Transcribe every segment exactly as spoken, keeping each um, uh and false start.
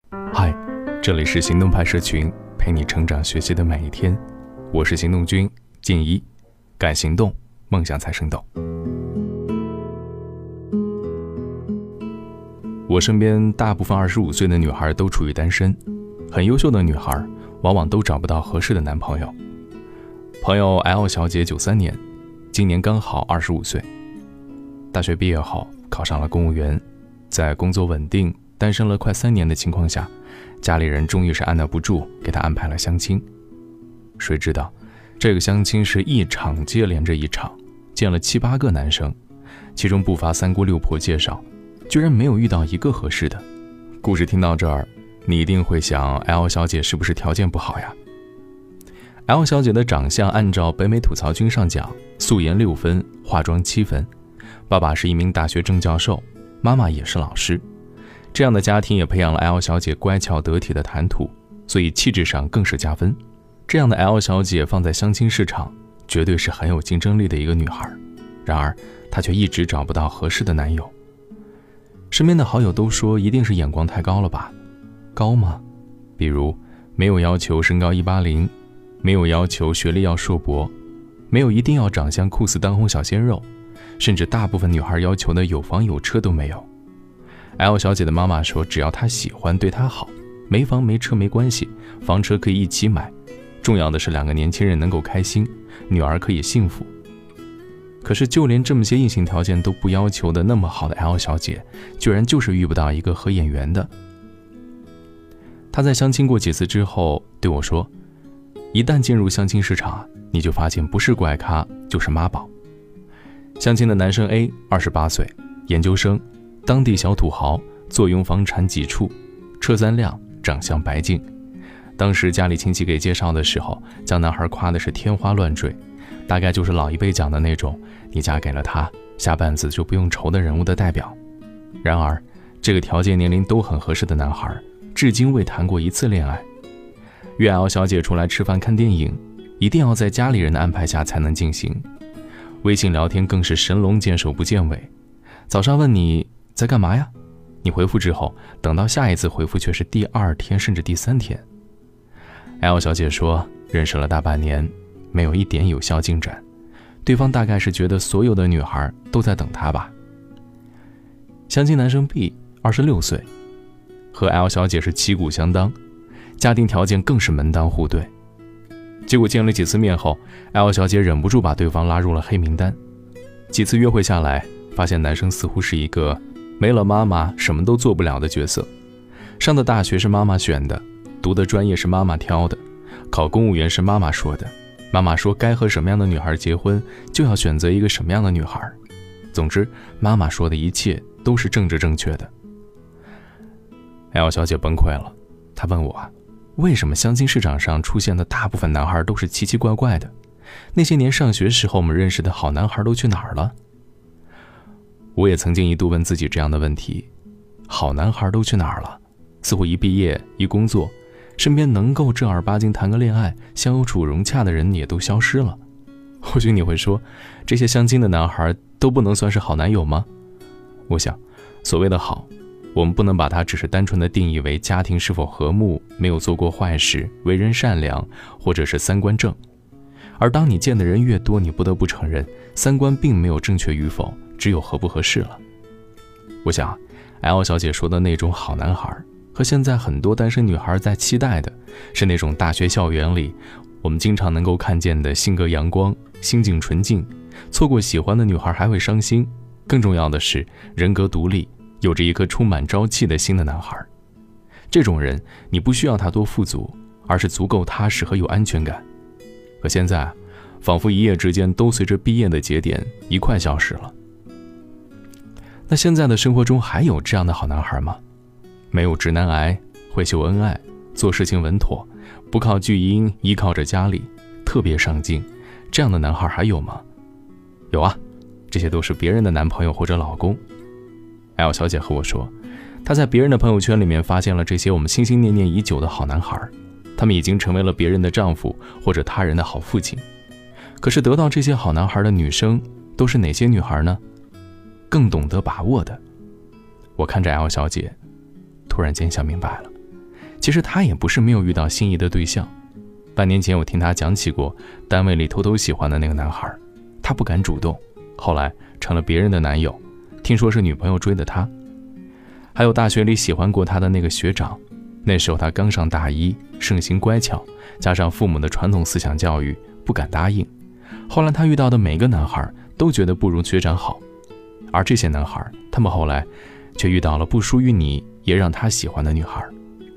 嗨，这里是行动派社群，陪你成长学习的每一天。我是行动君静怡，敢行动，梦想才生动。我身边大部分二十五岁的女孩都处于单身，很优秀的女孩往往都找不到合适的男朋友。朋友 L 小姐九三年，今年刚好二十五岁，大学毕业后考上了公务员，在工作稳定单身了快三年的情况下，家里人终于是按捺不住，给她安排了相亲。谁知道这个相亲是一场接连着一场，见了七八个男生，其中不乏三姑六婆介绍，居然没有遇到一个合适的。故事听到这儿，你一定会想 L 小姐是不是条件不好呀？ L 小姐的长相按照北美吐槽君上讲，素颜六分，化妆七分，爸爸是一名大学正教授，妈妈也是老师，这样的家庭也培养了 L 小姐乖巧得体的谈吐，所以气质上更是加分。这样的 L 小姐放在相亲市场绝对是很有竞争力的一个女孩，然而她却一直找不到合适的男友。身边的好友都说一定是眼光太高了吧？高吗？比如没有要求身高一八零，没有要求学历要硕博，没有一定要长相酷似当红小鲜肉，甚至大部分女孩要求的有房有车都没有。 L 小姐的妈妈说，只要她喜欢，对她好，没房没车没关系，房车可以一起买，重要的是两个年轻人能够开心，女儿可以幸福。可是就连这么些硬性条件都不要求的那么好的 L 小姐，居然就是遇不到一个合眼缘的。她在相亲过几次之后对我说，一旦进入相亲市场，你就发现不是怪咖就是妈宝。相亲的男生 A 二十八岁，研究生，当地小土豪，坐拥房产几处，车三辆，长相白净。当时家里亲戚给介绍的时候，将男孩夸的是天花乱坠，大概就是老一辈讲的那种你嫁给了他，下半子就不用愁的人物的代表。然而这个条件年龄都很合适的男孩至今未谈过一次恋爱。约 L 小姐出来吃饭看电影，一定要在家里人的安排下才能进行。微信聊天更是神龙见首不见尾，早上问你在干嘛呀，你回复之后，等到下一次回复却是第二天甚至第三天。 L 小姐说，认识了大半年，没有一点有效进展，对方大概是觉得所有的女孩都在等她吧。相亲男生 B 二十六岁，和 L 小姐是旗鼓相当，家庭条件更是门当户对。结果见了几次面后， L 小姐忍不住把对方拉入了黑名单。几次约会下来，发现男生似乎是一个没了妈妈什么都做不了的角色，上的大学是妈妈选的，读的专业是妈妈挑的，考公务员是妈妈说的，妈妈说该和什么样的女孩结婚，就要选择一个什么样的女孩。总之，妈妈说的一切都是政治正确的。 L 小姐崩溃了，她问我，为什么相亲市场上出现的大部分男孩都是奇奇怪怪的？那些年上学时候我们认识的好男孩都去哪儿了？我也曾经一度问自己这样的问题，好男孩都去哪儿了？似乎一毕业一工作，身边能够正儿八经谈个恋爱相处融洽的人也都消失了。或许你会说，这些相亲的男孩都不能算是好男友吗？我想，所谓的好，我们不能把它只是单纯的定义为家庭是否和睦，没有做过坏事，为人善良，或者是三观正。而当你见的人越多，你不得不承认，三观并没有正确与否，只有合不合适了。我想 L 小姐说的那种好男孩，和现在很多单身女孩在期待的，是那种大学校园里我们经常能够看见的性格阳光，心境纯净，错过喜欢的女孩还会伤心，更重要的是人格独立，有着一颗充满朝气的心的男孩。这种人你不需要他多富足，而是足够踏实和有安全感。可现在仿佛一夜之间都随着毕业的节点一块消失了。那现在的生活中还有这样的好男孩吗？没有直男癌，会秀恩爱，做事情稳妥，不靠巨婴，依靠着家里，特别上进，这样的男孩还有吗？有啊，这些都是别人的男朋友或者老公。 L 小姐和我说，她在别人的朋友圈里面发现了这些我们心心念念已久的好男孩，他们已经成为了别人的丈夫或者他人的好父亲。可是得到这些好男孩的女生都是哪些女孩呢？更懂得把握的。我看着 L 小姐，突然间想明白了， 其实他也不是没有遇到心仪的对象。半年前我听他讲起过单位里偷偷喜欢的那个男孩，他不敢主动，后来成了别人的男友，听说是女朋友追的他。还有大学里喜欢过他的那个学长，那时候他刚上大一，盛行乖巧，加上父母的传统思想教育，不敢答应。后来他遇到的每个男孩都觉得不如学长好，而这些男孩，他们后来却遇到了不输于你也让他喜欢的女孩。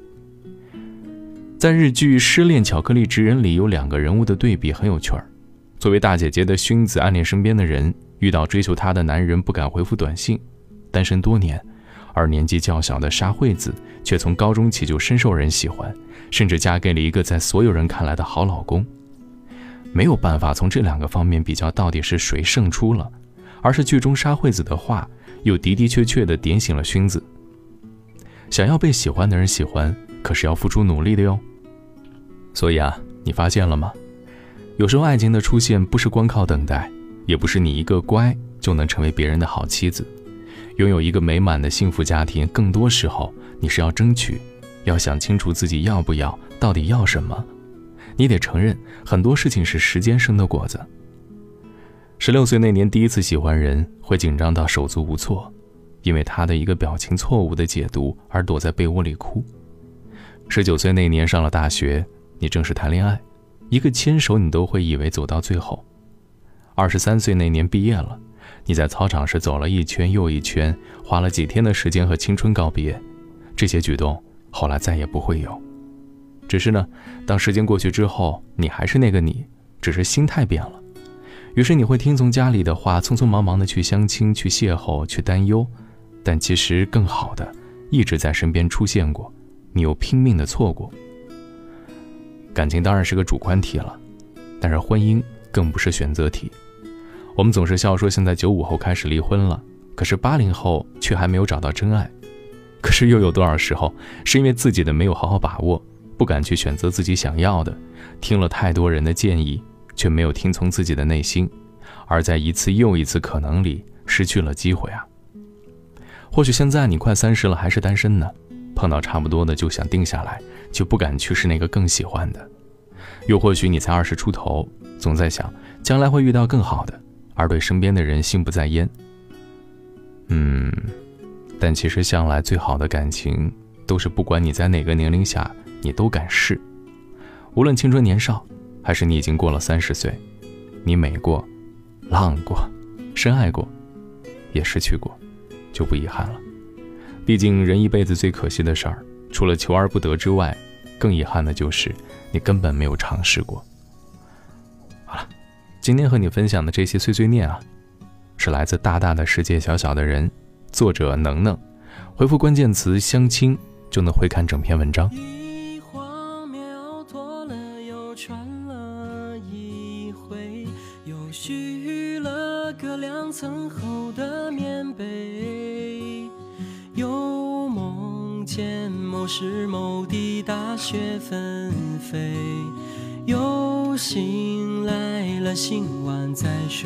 在日剧《失恋巧克力职人》里，有两个人物的对比很有趣儿。作为大姐姐的薰子暗恋身边的人，遇到追求她的男人不敢回复短信，单身多年；而年纪较小的沙惠子却从高中起就深受人喜欢，甚至嫁给了一个在所有人看来的好老公。没有办法从这两个方面比较到底是谁胜出了，而是剧中沙惠子的话又的的确确地点醒了薰子。想要被喜欢的人喜欢，可是要付出努力的哟。所以啊，你发现了吗？有时候爱情的出现不是光靠等待，也不是你一个乖就能成为别人的好妻子。拥有一个美满的幸福家庭，更多时候你是要争取，要想清楚自己要不要，到底要什么。你得承认，很多事情是时间生的果子。十六岁那年第一次喜欢人，会紧张到手足无措，因为他的一个表情错误的解读而躲在被窝里哭。十九岁那年上了大学，你正式谈恋爱，一个牵手你都会以为走到最后。二十三岁那年毕业了，你在操场时走了一圈又一圈，花了几天的时间和青春告别。这些举动后来再也不会有。只是呢，当时间过去之后，你还是那个你，只是心态变了。于是你会听从家里的话，匆匆忙忙的去相亲，去邂逅，去担忧。但其实更好的一直在身边出现过，你又拼命的错过。感情当然是个主观题了，但是婚姻更不是选择题。我们总是笑说现在九五后开始离婚了，可是八零后却还没有找到真爱。可是又有多少时候是因为自己的没有好好把握，不敢去选择自己想要的，听了太多人的建议，却没有听从自己的内心，而在一次又一次可能里失去了机会啊。或许现在你快三十了还是单身呢，碰到差不多的就想定下来，就不敢去试那个更喜欢的。又或许你才二十出头，总在想将来会遇到更好的，而对身边的人心不在焉。嗯，但其实向来最好的感情都是不管你在哪个年龄下，你都敢试。无论青春年少，还是你已经过了三十岁，你美过，浪过，深爱过，也失去过，就不遗憾了。毕竟人一辈子最可惜的事儿，除了求而不得之外，更遗憾的就是你根本没有尝试过。好了，今天和你分享的这些碎碎念啊，是来自大大的世界小小的人，作者能能。回复关键词相亲就能回看整篇文章。 一晃秒脱了又穿了一回，又续了个两层厚的棉被，又梦见某时某地大雪纷飞，又醒来了醒晚再睡。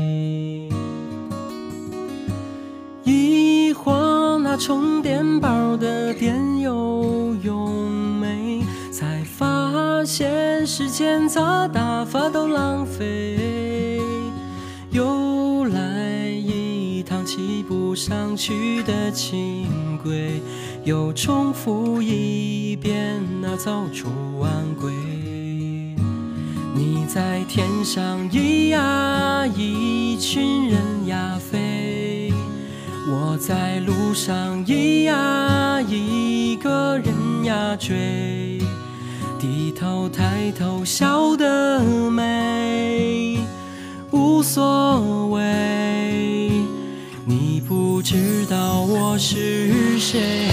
一晃那充电宝的电又用没，才发现时间咋打发都浪费。又来一趟骑不上去的轻轨，又重复一遍那早出晚归。你在天上咿呀一群人呀飞，我在路上咿呀一个人呀追，低头抬头笑得美，无所谓，你不知道我是谁。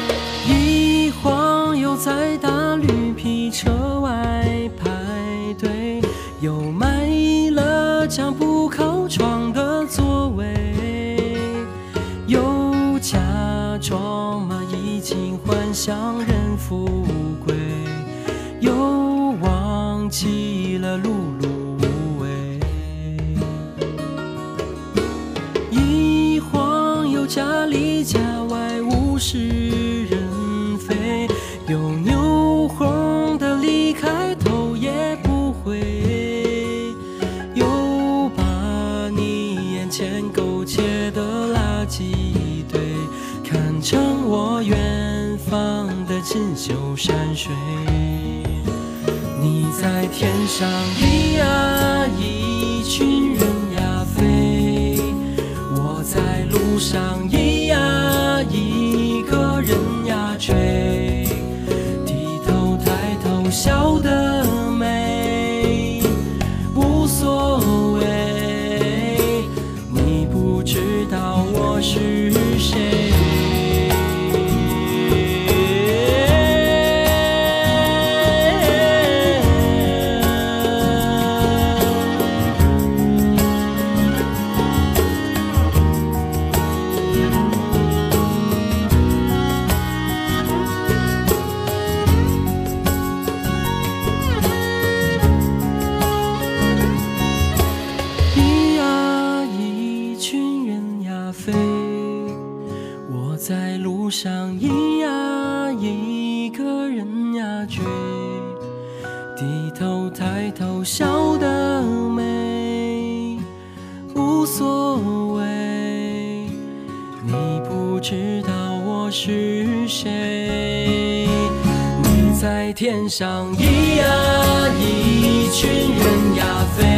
在大绿皮车外排队， 他墙不靠窗的座位，又假装嘛已经幻想人富贵，又忘记了碌碌无为。一晃又家里家外物是人非，有牛哄的离开头也不回，又把你眼前苟且的垃圾堆看成我远方的锦绣山水。你在天上咿呀一群人呀飞，我在路上咿呀一个人呀追，低头抬头笑得美无所谓，你不知道我是谁。我在路上咿呀一个人呀追，低头抬头笑得美无所谓，你不知道我是谁。你在天上咿呀一群人呀飞，